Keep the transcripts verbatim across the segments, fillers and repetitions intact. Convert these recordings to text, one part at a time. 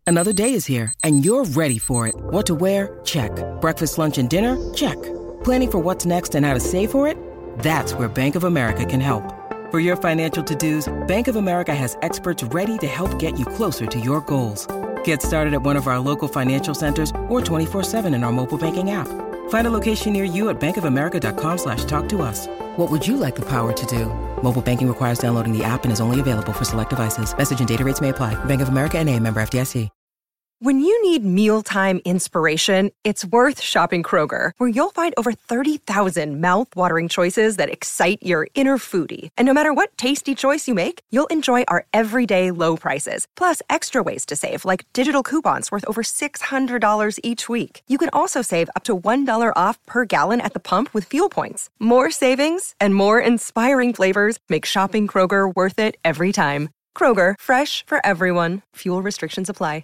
Another day is here, and you're ready for it. What to wear? Check. Breakfast, lunch, and dinner? Check. Planning for what's next and how to save for it? That's where Bank of America can help. For your financial to-dos, Bank of America has experts ready to help get you closer to your goals. Get started at one of our local financial centers or twenty-four seven in our mobile banking app. Find a location near you at bankofamerica.com slash talk to us. What would you like the power to do? Mobile banking requires downloading the app and is only available for select devices. Message and data rates may apply. Bank of America N A, member F D I C. When you need mealtime inspiration, it's worth shopping Kroger, where you'll find over thirty thousand mouth-watering choices that excite your inner foodie. And no matter what tasty choice you make, you'll enjoy our everyday low prices, plus extra ways to save, like digital coupons worth over six hundred dollars each week. You can also save up to one dollar off per gallon at the pump with fuel points. More savings and more inspiring flavors make shopping Kroger worth it every time. Kroger, fresh for everyone. Fuel restrictions apply.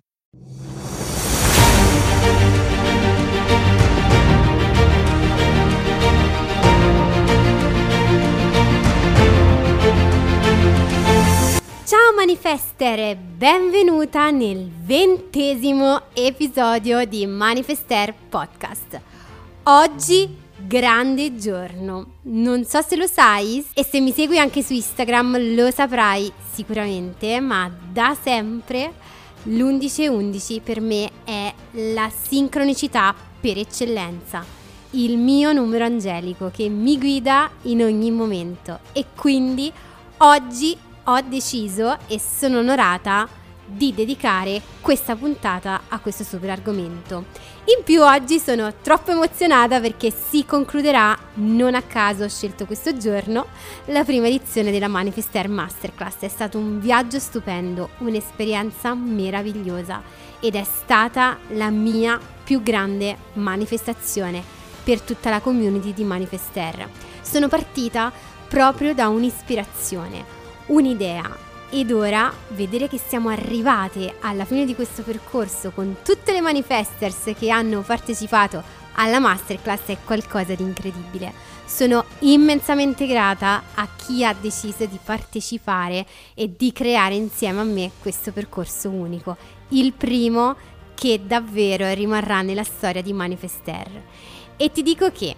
Ciao Manifester, benvenuta nel ventesimo episodio di Manifester Podcast. Oggi grande giorno, non so se lo sai e se mi segui anche su Instagram lo saprai sicuramente, ma da sempre l'undici undici per me è la sincronicità per eccellenza, il mio numero angelico che mi guida in ogni momento, e quindi oggi ho deciso e sono onorata di dedicare questa puntata a questo super argomento. In più oggi sono troppo emozionata perché si concluderà, non a caso ho scelto questo giorno, la prima edizione della Manifester Masterclass. È stato un viaggio stupendo, un'esperienza meravigliosa ed è stata la mia più grande manifestazione per tutta la community di Manifester. Sono partita proprio da un'ispirazione, un'idea, ed ora vedere che siamo arrivate alla fine di questo percorso con tutte le manifesters che hanno partecipato alla masterclass è qualcosa di incredibile. Sono immensamente grata a chi ha deciso di partecipare e di creare insieme a me questo percorso unico, il primo che davvero rimarrà nella storia di Manifester. E ti dico che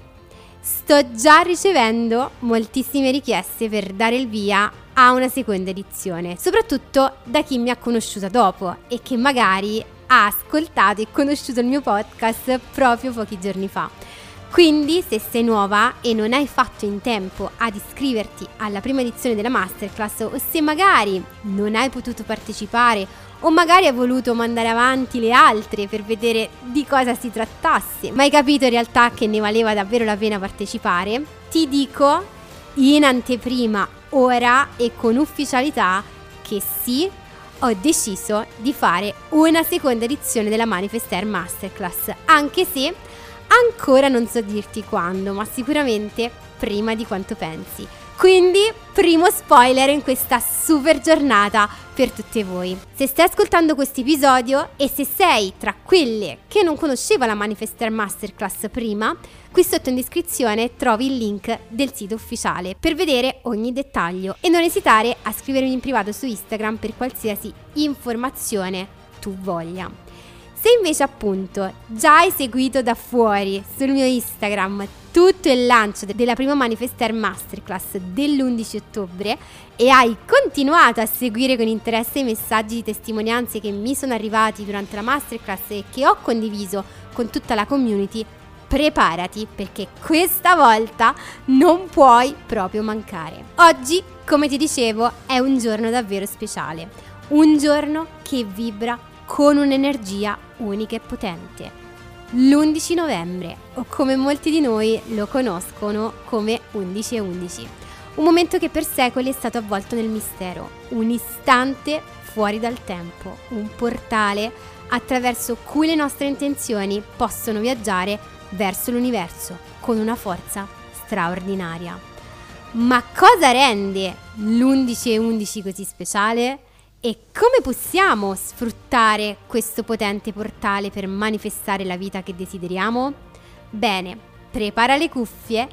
sto già ricevendo moltissime richieste per dare il via a una seconda edizione, soprattutto da chi mi ha conosciuta dopo e che magari ha ascoltato e conosciuto il mio podcast proprio pochi giorni fa. Quindi se sei nuova e non hai fatto in tempo ad iscriverti alla prima edizione della masterclass, o se magari non hai potuto partecipare o magari hai voluto mandare avanti le altre per vedere di cosa si trattasse, ma hai capito in realtà che ne valeva davvero la pena partecipare, ti dico in anteprima, ora e con ufficialità, che sì, ho deciso di fare una seconda edizione della Manifester Masterclass, anche se ancora non so dirti quando, ma sicuramente prima di quanto pensi. Quindi, primo spoiler in questa super giornata per tutte voi. Se stai ascoltando questo episodio e se sei tra quelle che non conosceva la Manifester Masterclass prima, qui sotto in descrizione trovi il link del sito ufficiale per vedere ogni dettaglio e non esitare a scrivermi in privato su Instagram per qualsiasi informazione tu voglia. Se invece appunto già hai seguito da fuori sul mio Instagram tutto il lancio della prima Manifester Masterclass dell'undici ottobre e hai continuato a seguire con interesse i messaggi di testimonianze che mi sono arrivati durante la Masterclass e che ho condiviso con tutta la community, preparati perché questa volta non puoi proprio mancare. Oggi, come ti dicevo, è un giorno davvero speciale, un giorno che vibra con un'energia unica e potente. L'undici novembre, o come molti di noi lo conoscono come undici undici, un momento che per secoli è stato avvolto nel mistero, un istante fuori dal tempo, un portale attraverso cui le nostre intenzioni possono viaggiare verso l'universo con una forza straordinaria. Ma cosa rende l'undici undici così speciale? E come possiamo sfruttare questo potente portale per manifestare la vita che desideriamo? Bene, prepara le cuffie,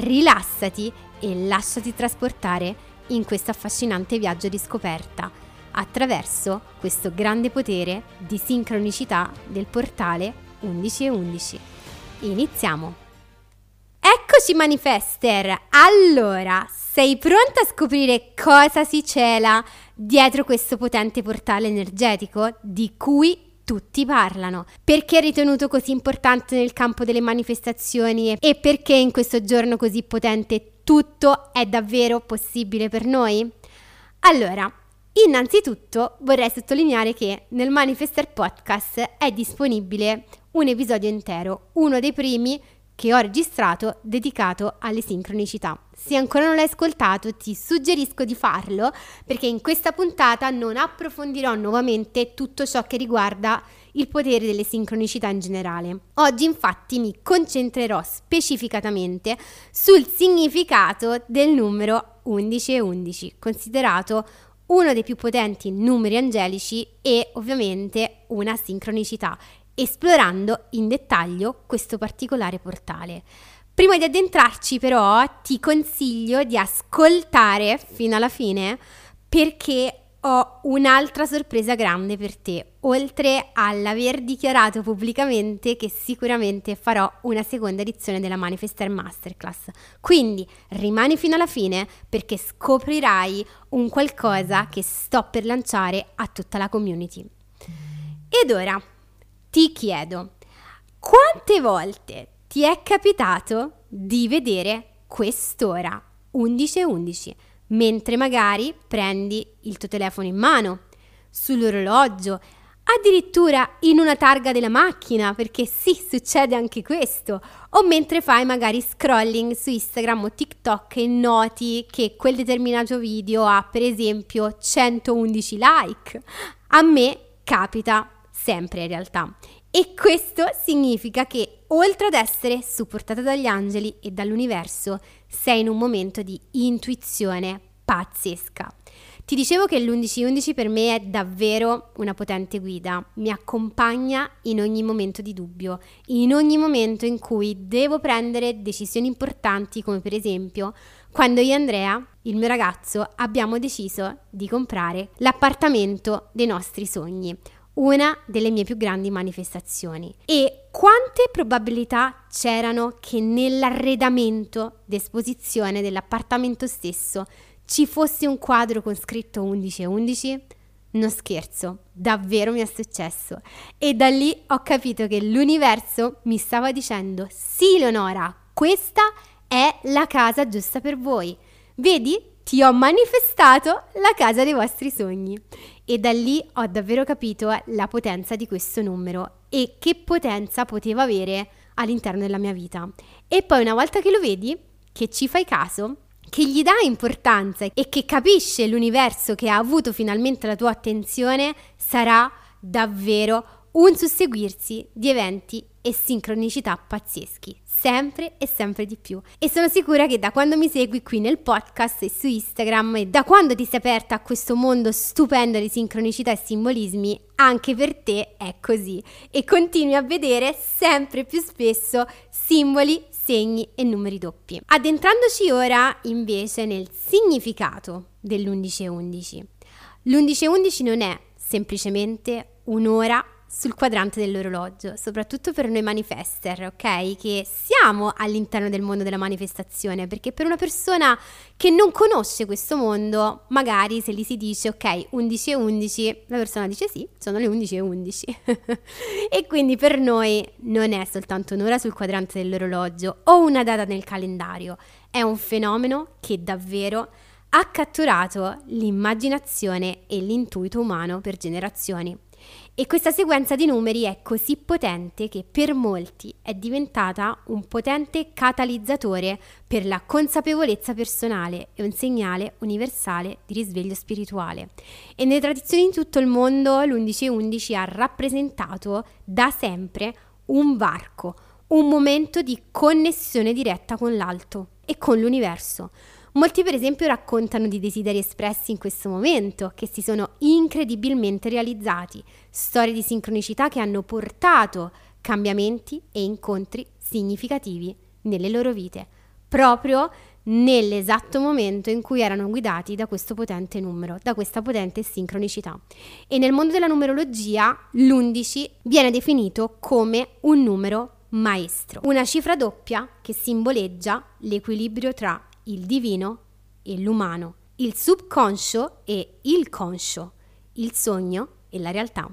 rilassati e lasciati trasportare in questo affascinante viaggio di scoperta. attraverso questo grande potere di sincronicità del portale undici e undici. Iniziamo! Eccoci Manifester! Allora, sei pronta a scoprire cosa si cela dietro questo potente portale energetico di cui tutti parlano? Perché è ritenuto così importante nel campo delle manifestazioni e perché in questo giorno così potente tutto è davvero possibile per noi? Allora, innanzitutto vorrei sottolineare che nel Manifester Podcast è disponibile un episodio intero, uno dei primi che ho registrato dedicato alle sincronicità. Se ancora non l'hai ascoltato, ti suggerisco di farlo perché in questa puntata non approfondirò nuovamente tutto ciò che riguarda il potere delle sincronicità in generale. Oggi infatti mi concentrerò specificatamente sul significato del numero undici e undici, considerato uno dei più potenti numeri angelici e ovviamente una sincronicità, esplorando in dettaglio questo particolare portale. Prima di addentrarci però ti consiglio di ascoltare fino alla fine perché ho un'altra sorpresa grande per te, oltre all'aver dichiarato pubblicamente che sicuramente farò una seconda edizione della Manifester Masterclass. Quindi rimani fino alla fine perché scoprirai un qualcosa che sto per lanciare a tutta la community. Ed ora ti chiedo, quante volte ti è capitato di vedere quest'ora undici e undici mentre magari prendi il tuo telefono in mano, sull'orologio, addirittura in una targa della macchina, perché sì, succede anche questo, o mentre fai magari scrolling su Instagram o TikTok e noti che quel determinato video ha per esempio centoundici like. A me capita sempre in realtà. E questo significa che oltre ad essere supportata dagli angeli e dall'universo, sei in un momento di intuizione pazzesca. Ti dicevo che l'undici undici per me è davvero una potente guida, mi accompagna in ogni momento di dubbio, in ogni momento in cui devo prendere decisioni importanti, come per esempio quando io e Andrea, il mio ragazzo, abbiamo deciso di comprare l'appartamento dei nostri sogni. Una delle mie più grandi manifestazioni. E quante probabilità c'erano che nell'arredamento d'esposizione dell'appartamento stesso ci fosse un quadro con scritto undici e undici? Non scherzo, davvero mi è successo. E da lì ho capito che l'universo mi stava dicendo: sì Leonora, questa è la casa giusta per voi. Vedi? Ti ho manifestato la casa dei vostri sogni. E da lì ho davvero capito la potenza di questo numero e che potenza poteva avere all'interno della mia vita. E poi una volta che lo vedi, che ci fai caso, che gli dà importanza e che capisce l'universo che ha avuto finalmente la tua attenzione, sarà davvero un susseguirsi di eventi e sincronicità pazzeschi, sempre e sempre di più. E sono sicura che da quando mi segui qui nel podcast e su Instagram e da quando ti sei aperta a questo mondo stupendo di sincronicità e simbolismi, anche per te è così e continui a vedere sempre più spesso simboli, segni e numeri doppi. Addentrandoci ora invece nel significato dell'undici e undici. L'undici e undici non è semplicemente un'ora sul quadrante dell'orologio, soprattutto per noi manifester, ok? Che siamo all'interno del mondo della manifestazione, perché per una persona che non conosce questo mondo, magari se gli si dice ok, undici e undici, la persona dice sì, sono le undici e undici. E quindi per noi non è soltanto un'ora sul quadrante dell'orologio o una data nel calendario, è un fenomeno che davvero ha catturato l'immaginazione e l'intuito umano per generazioni. E questa sequenza di numeri è così potente che per molti è diventata un potente catalizzatore per la consapevolezza personale e un segnale universale di risveglio spirituale. E nelle tradizioni di tutto il mondo l'undici undici ha rappresentato da sempre un varco, un momento di connessione diretta con l'alto e con l'universo. Molti per esempio raccontano di desideri espressi in questo momento che si sono incredibilmente realizzati, storie di sincronicità che hanno portato cambiamenti e incontri significativi nelle loro vite, proprio nell'esatto momento in cui erano guidati da questo potente numero, da questa potente sincronicità. E nel mondo della numerologia l'undici viene definito come un numero maestro, una cifra doppia che simboleggia l'equilibrio tra il divino e l'umano, il subconscio e il conscio, il sogno e la realtà.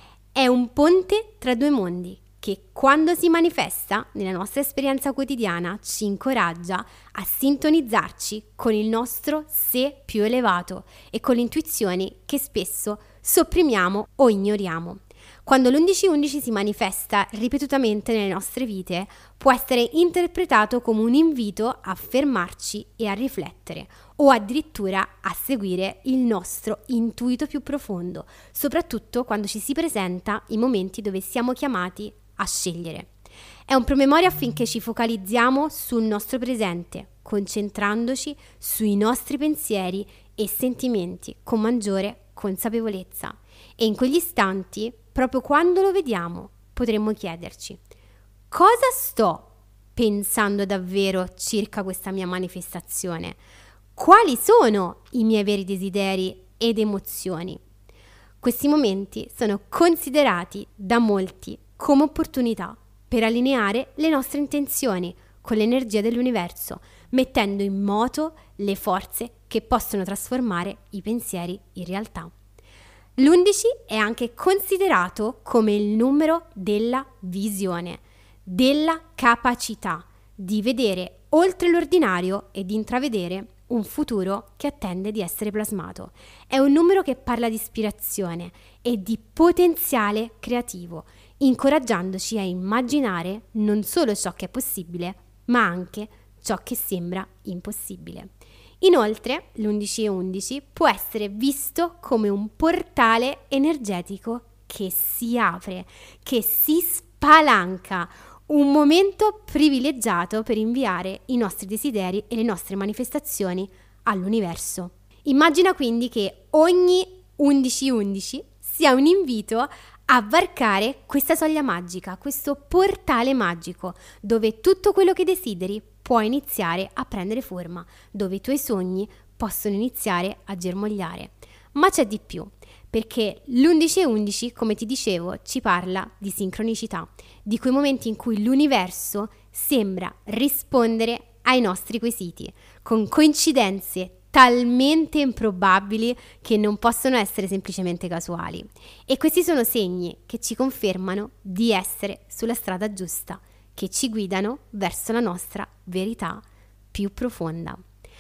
È un ponte tra due mondi che, quando si manifesta nella nostra esperienza quotidiana, ci incoraggia a sintonizzarci con il nostro sé più elevato e con le intuizioni che spesso sopprimiamo o ignoriamo. Quando l'undici undici si manifesta ripetutamente nelle nostre vite, può essere interpretato come un invito a fermarci e a riflettere, o addirittura a seguire il nostro intuito più profondo, soprattutto quando ci si presenta in momenti dove siamo chiamati a scegliere. È un promemoria affinché ci focalizziamo sul nostro presente, concentrandoci sui nostri pensieri e sentimenti con maggiore consapevolezza. E in quegli istanti, proprio quando lo vediamo, potremmo chiederci: cosa sto pensando davvero circa questa mia manifestazione? Quali sono i miei veri desideri ed emozioni? Questi momenti sono considerati da molti come opportunità per allineare le nostre intenzioni con l'energia dell'universo, mettendo in moto le forze che possono trasformare i pensieri in realtà. L'undici è anche considerato come il numero della visione, della capacità di vedere oltre l'ordinario e di intravedere un futuro che attende di essere plasmato. È un numero che parla di ispirazione e di potenziale creativo, incoraggiandoci a immaginare non solo ciò che è possibile, ma anche ciò che sembra impossibile. Inoltre, l'undici e undici può essere visto come un portale energetico che si apre, che si spalanca, un momento privilegiato per inviare i nostri desideri e le nostre manifestazioni all'universo. Immagina quindi che ogni undici undici sia un invito a varcare questa soglia magica, questo portale magico, dove tutto quello che desideri può iniziare a prendere forma, dove i tuoi sogni possono iniziare a germogliare. Ma c'è di più, perché l'undici e undici, come ti dicevo, ci parla di sincronicità, di quei momenti in cui l'universo sembra rispondere ai nostri quesiti, con coincidenze talmente improbabili che non possono essere semplicemente casuali. E questi sono segni che ci confermano di essere sulla strada giusta, che ci guidano verso la nostra verità più profonda.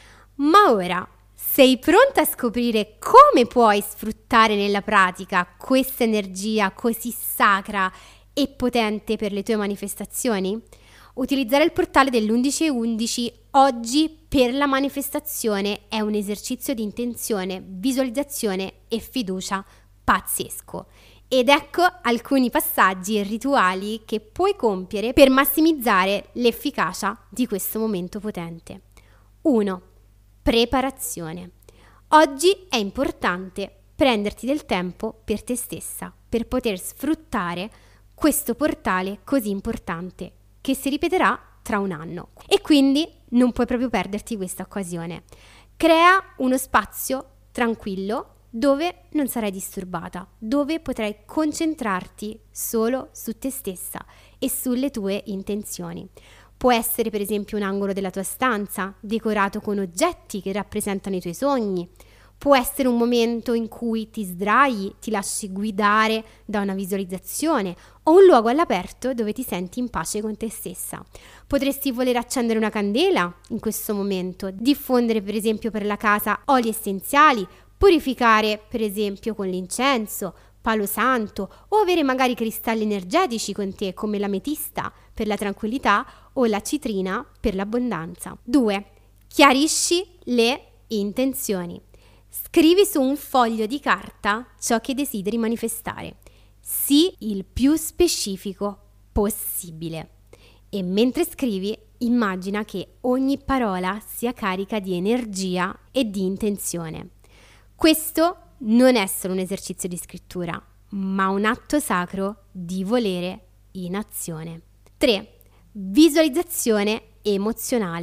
Ma ora, sei pronta a scoprire come puoi sfruttare nella pratica questa energia così sacra e potente per le tue manifestazioni? Utilizzare il portale dell'undici e undici oggi per la manifestazione è un esercizio di intenzione, visualizzazione e fiducia pazzesco. Ed ecco alcuni passaggi e rituali che puoi compiere per massimizzare l'efficacia di questo momento potente. uno. Preparazione. Oggi è importante prenderti del tempo per te stessa, per poter sfruttare questo portale così importante che si ripeterà tra un anno. E quindi non puoi proprio perderti questa occasione. Crea uno spazio tranquillo dove non sarai disturbata, dove potrai concentrarti solo su te stessa e sulle tue intenzioni. Può essere per esempio un angolo della tua stanza, decorato con oggetti che rappresentano i tuoi sogni. Può essere un momento in cui ti sdrai, ti lasci guidare da una visualizzazione o un luogo all'aperto dove ti senti in pace con te stessa. Potresti voler accendere una candela in questo momento, diffondere per esempio per la casa oli essenziali, purificare per esempio con l'incenso, palo santo o avere magari cristalli energetici con te come l'ametista per la tranquillità o la citrina per l'abbondanza. due. Chiarisci le intenzioni. Scrivi su un foglio di carta ciò che desideri manifestare. Sii il più specifico possibile. E mentre scrivi, immagina che ogni parola sia carica di energia e di intenzione. Questo non è solo un esercizio di scrittura, ma un atto sacro di volere in azione. tre. Visualizzazione emozionale.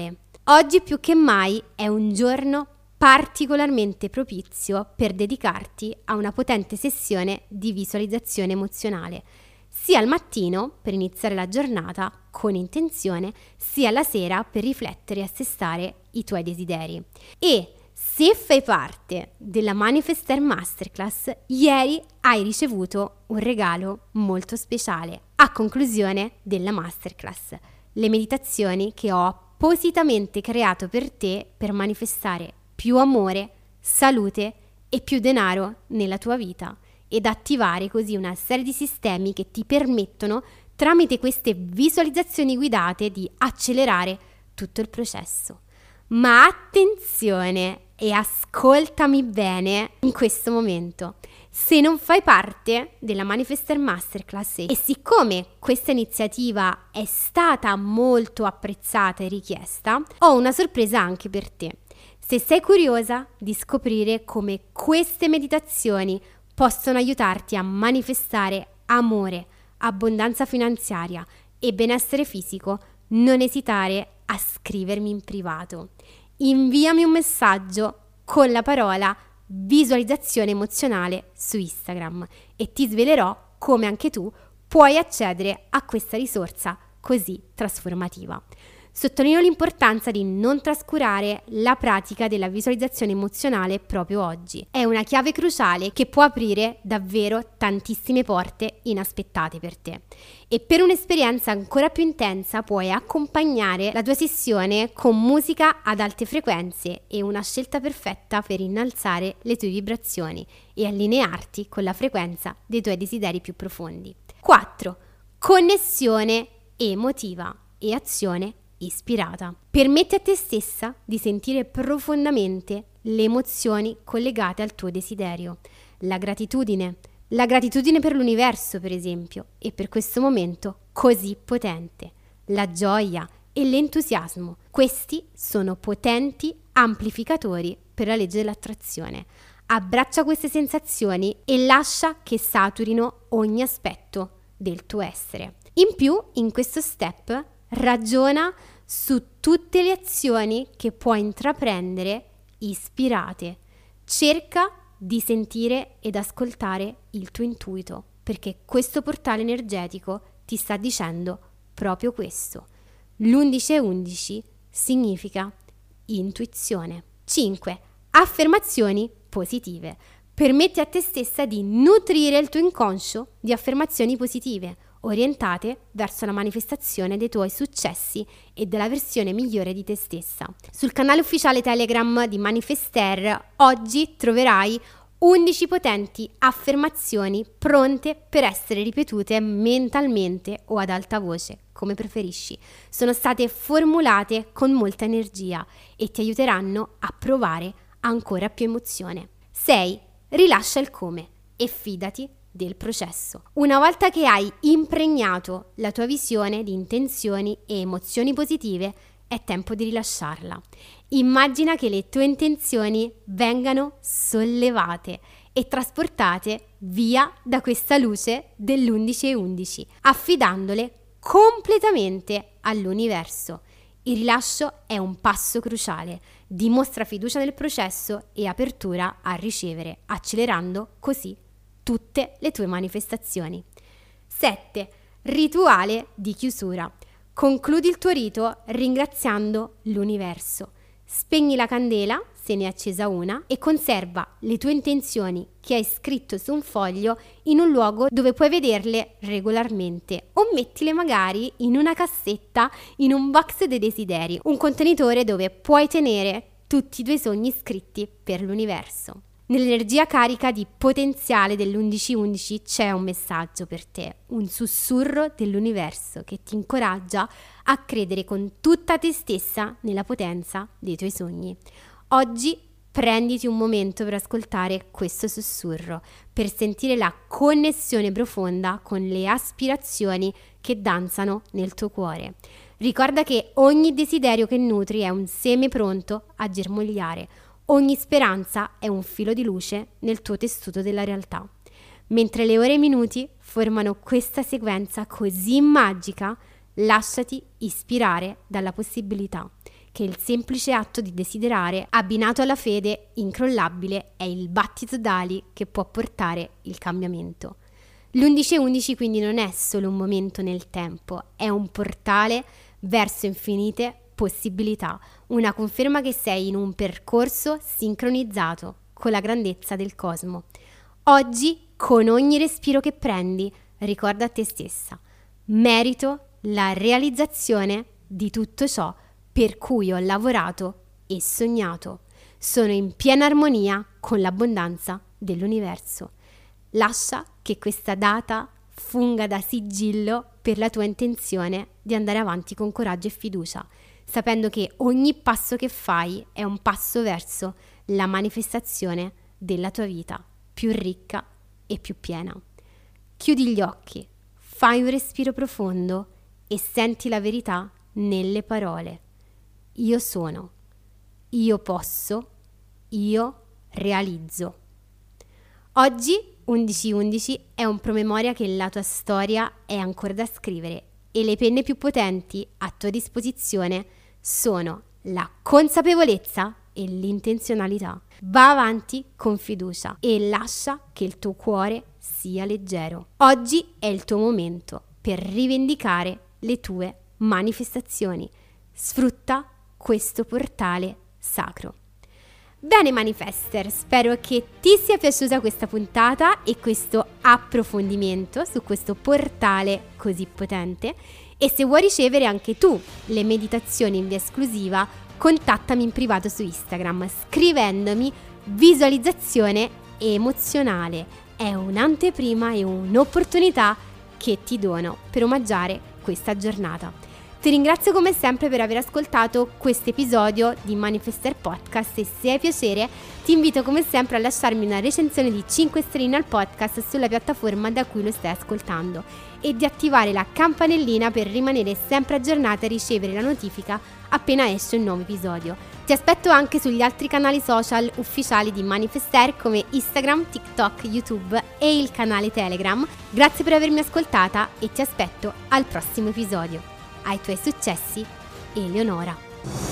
Oggi più che mai è un giorno particolarmente propizio per dedicarti a una potente sessione di visualizzazione emozionale, sia al mattino per iniziare la giornata con intenzione, sia alla sera per riflettere e assestare i tuoi desideri. E se fai parte della Manifester Masterclass, ieri hai ricevuto un regalo molto speciale a conclusione della Masterclass, le meditazioni che ho appositamente creato per te per manifestare più amore, salute e più denaro nella tua vita ed attivare così una serie di sistemi che ti permettono, tramite queste visualizzazioni guidate, di accelerare tutto il processo. Ma attenzione e ascoltami bene in questo momento. Se non fai parte della Manifester Masterclass e siccome questa iniziativa è stata molto apprezzata e richiesta, ho una sorpresa anche per te. Se sei curiosa di scoprire come queste meditazioni possono aiutarti a manifestare amore, abbondanza finanziaria e benessere fisico, non esitare a scrivermi in privato. Inviami un messaggio con la parola visualizzazione emozionale su Instagram e ti svelerò come anche tu puoi accedere a questa risorsa così trasformativa. Sottolineo l'importanza di non trascurare la pratica della visualizzazione emozionale proprio oggi. È una chiave cruciale che può aprire davvero tantissime porte inaspettate per te. E per un'esperienza ancora più intensa puoi accompagnare la tua sessione con musica ad alte frequenze e una scelta perfetta per innalzare le tue vibrazioni e allinearti con la frequenza dei tuoi desideri più profondi. quattro. Connessione emotiva e azione ispirata. Permetti a te stessa di sentire profondamente le emozioni collegate al tuo desiderio. La gratitudine, la gratitudine per l'universo, per esempio, e per questo momento così potente. La gioia e l'entusiasmo. Questi sono potenti amplificatori per la legge dell'attrazione. Abbraccia queste sensazioni e lascia che saturino ogni aspetto del tuo essere. In più, in questo step, ragiona su tutte le azioni che puoi intraprendere ispirate. Cerca di sentire ed ascoltare il tuo intuito, perché questo portale energetico ti sta dicendo proprio questo. L'undici e undici significa intuizione. cinque. Affermazioni positive. Permetti a te stessa di nutrire il tuo inconscio di affermazioni positive, orientate verso la manifestazione dei tuoi successi e della versione migliore di te stessa. Sul canale ufficiale Telegram di Manifester oggi troverai undici potenti affermazioni pronte per essere ripetute mentalmente o ad alta voce, come preferisci. Sono state formulate con molta energia e ti aiuteranno a provare ancora più emozione. sei. Rilascia il come e fidati del processo. Una volta che hai impregnato la tua visione di intenzioni e emozioni positive, è tempo di rilasciarla. Immagina che le tue intenzioni vengano sollevate e trasportate via da questa luce dell'undici e undici, affidandole completamente all'universo. Il rilascio è un passo cruciale, dimostra fiducia nel processo e apertura a ricevere, accelerando così tutte le tue manifestazioni. sette. Rituale di chiusura. Concludi il tuo rito ringraziando l'universo. Spegni la candela, se ne è accesa una, e conserva le tue intenzioni che hai scritto su un foglio in un luogo dove puoi vederle regolarmente, o mettile magari in una cassetta, in un box dei desideri, un contenitore dove puoi tenere tutti i tuoi sogni scritti per l'universo. Nell'energia carica di potenziale dell'undici undici c'è un messaggio per te, un sussurro dell'universo che ti incoraggia a credere con tutta te stessa nella potenza dei tuoi sogni. Oggi prenditi un momento per ascoltare questo sussurro, per sentire la connessione profonda con le aspirazioni che danzano nel tuo cuore. Ricorda che ogni desiderio che nutri è un seme pronto a germogliare. Ogni speranza è un filo di luce nel tuo tessuto della realtà. Mentre le ore e i minuti formano questa sequenza così magica, lasciati ispirare dalla possibilità che il semplice atto di desiderare, abbinato alla fede incrollabile, è il battito d'ali che può portare il cambiamento. L'undici e undici quindi non è solo un momento nel tempo, è un portale verso infinite possibilità, una conferma che sei in un percorso sincronizzato con la grandezza del cosmo. Oggi, con ogni respiro che prendi, ricorda a te stessa: merito la realizzazione di tutto ciò per cui ho lavorato e sognato. Sono in piena armonia con l'abbondanza dell'universo. Lascia che questa data funga da sigillo per la tua intenzione di andare avanti con coraggio e fiducia, sapendo che ogni passo che fai è un passo verso la manifestazione della tua vita più ricca e più piena. Chiudi gli occhi, fai un respiro profondo e senti la verità nelle parole. Io sono, io posso, io realizzo. Oggi undici undici è un promemoria che la tua storia è ancora da scrivere e le penne più potenti a tua disposizione sono la consapevolezza e l'intenzionalità. Va avanti con fiducia e lascia che il tuo cuore sia leggero. Oggi è il tuo momento per rivendicare le tue manifestazioni. Sfrutta questo portale sacro. Bene Manifester, spero che ti sia piaciuta questa puntata e questo approfondimento su questo portale così potente, e se vuoi ricevere anche tu le meditazioni in via esclusiva, contattami in privato su Instagram scrivendomi visualizzazione emozionale. È un'anteprima e un'opportunità che ti dono per omaggiare questa giornata. Ti ringrazio come sempre per aver ascoltato questo episodio di Manifester Podcast e se hai piacere ti invito come sempre a lasciarmi una recensione di cinque stelline al podcast sulla piattaforma da cui lo stai ascoltando e di attivare la campanellina per rimanere sempre aggiornata e ricevere la notifica appena esce un nuovo episodio. Ti aspetto anche sugli altri canali social ufficiali di Manifester come Instagram, TikTok, YouTube e il canale Telegram. Grazie per avermi ascoltata e ti aspetto al prossimo episodio. Ai tuoi successi, Eleonora.